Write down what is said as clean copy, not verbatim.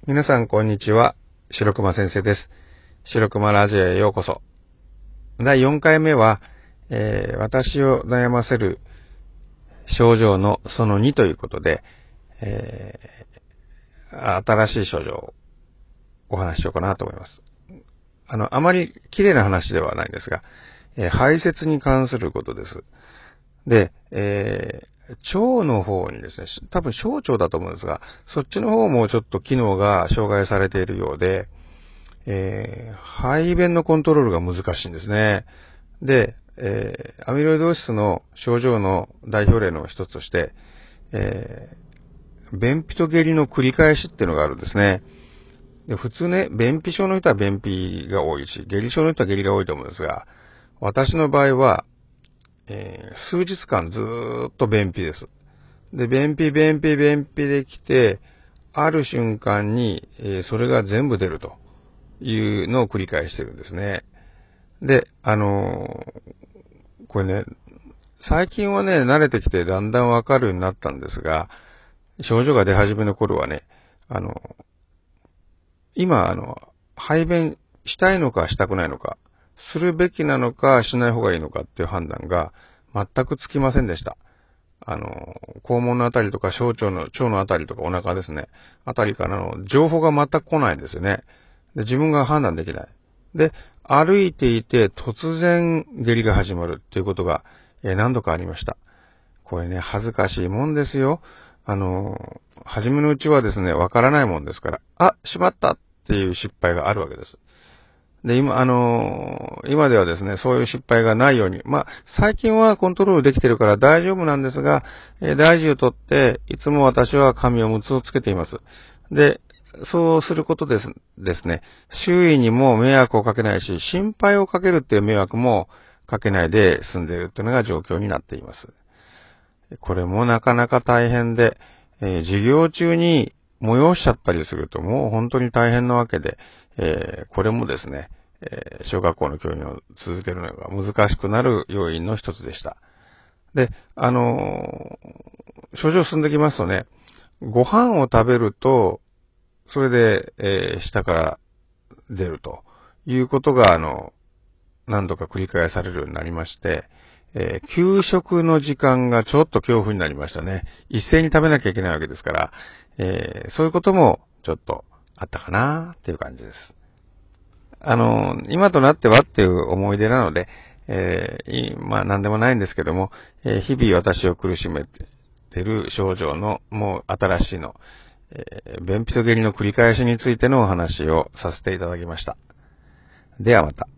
皆さんこんにちは。白熊先生です。白熊ラジオへようこそ。第4回目は、私を悩ませる症状のその2ということで、新しい症状をお話ししようかなと思います。あまり綺麗な話ではないんですが、排泄に関することです。で、腸の方にですね、多分小腸だと思うんですが、そっちの方もちょっと機能が障害されているようで、排便のコントロールが難しいんですね。で、アミロイド質の症状の代表例の一つとして、便秘と下痢の繰り返しっていうのがあるんですね。で普通ね、便秘症の人は便秘が多いし、下痢症の人は下痢が多いと思うんですが、私の場合は、数日間ずーっと便秘です。で、便秘できて、ある瞬間に、それが全部出るというのを繰り返してるんですね。で、これね、最近はね、慣れてきてだんだんわかるようになったんですが、症状が出始めの頃はね、今、排便したいのかしたくないのか、するべきなのかしない方がいいのかっていう判断が全くつきませんでした。肛門のあたりとか腸のあたりとかお腹ですね。あたりからの情報が全く来ないんですよね。で、自分が判断できない。で、歩いていて突然下痢が始まるっていうことが、何度かありました。これね、恥ずかしいもんですよ。初めのうちはですね、わからないもんですから、しまったっていう失敗があるわけです。で、今ではですね、そういう失敗がないように、最近はコントロールできてるから大丈夫なんですが、大事をとって、いつも私は紙おむつをつけています。で、そうすることですね、周囲にも迷惑をかけないし、心配をかけるっていう迷惑もかけないで済んでいるっていうのが状況になっています。これもなかなか大変で、授業中に催しちゃったりするともう本当に大変なわけで、これもですね、小学校の教員を続けるのが難しくなる要因の一つでした。で、症状進んできますとね、ご飯を食べると、それで、下から出るということが、何度か繰り返されるようになりまして、給食の時間がちょっと恐怖になりましたね。一斉に食べなきゃいけないわけですから、そういうこともちょっとあったかなっていう感じです。今となってはっていう思い出なので、何でもないんですけども、日々私を苦しめている症状のもう新しいの、便秘と下痢の繰り返しについてのお話をさせていただきました。ではまた。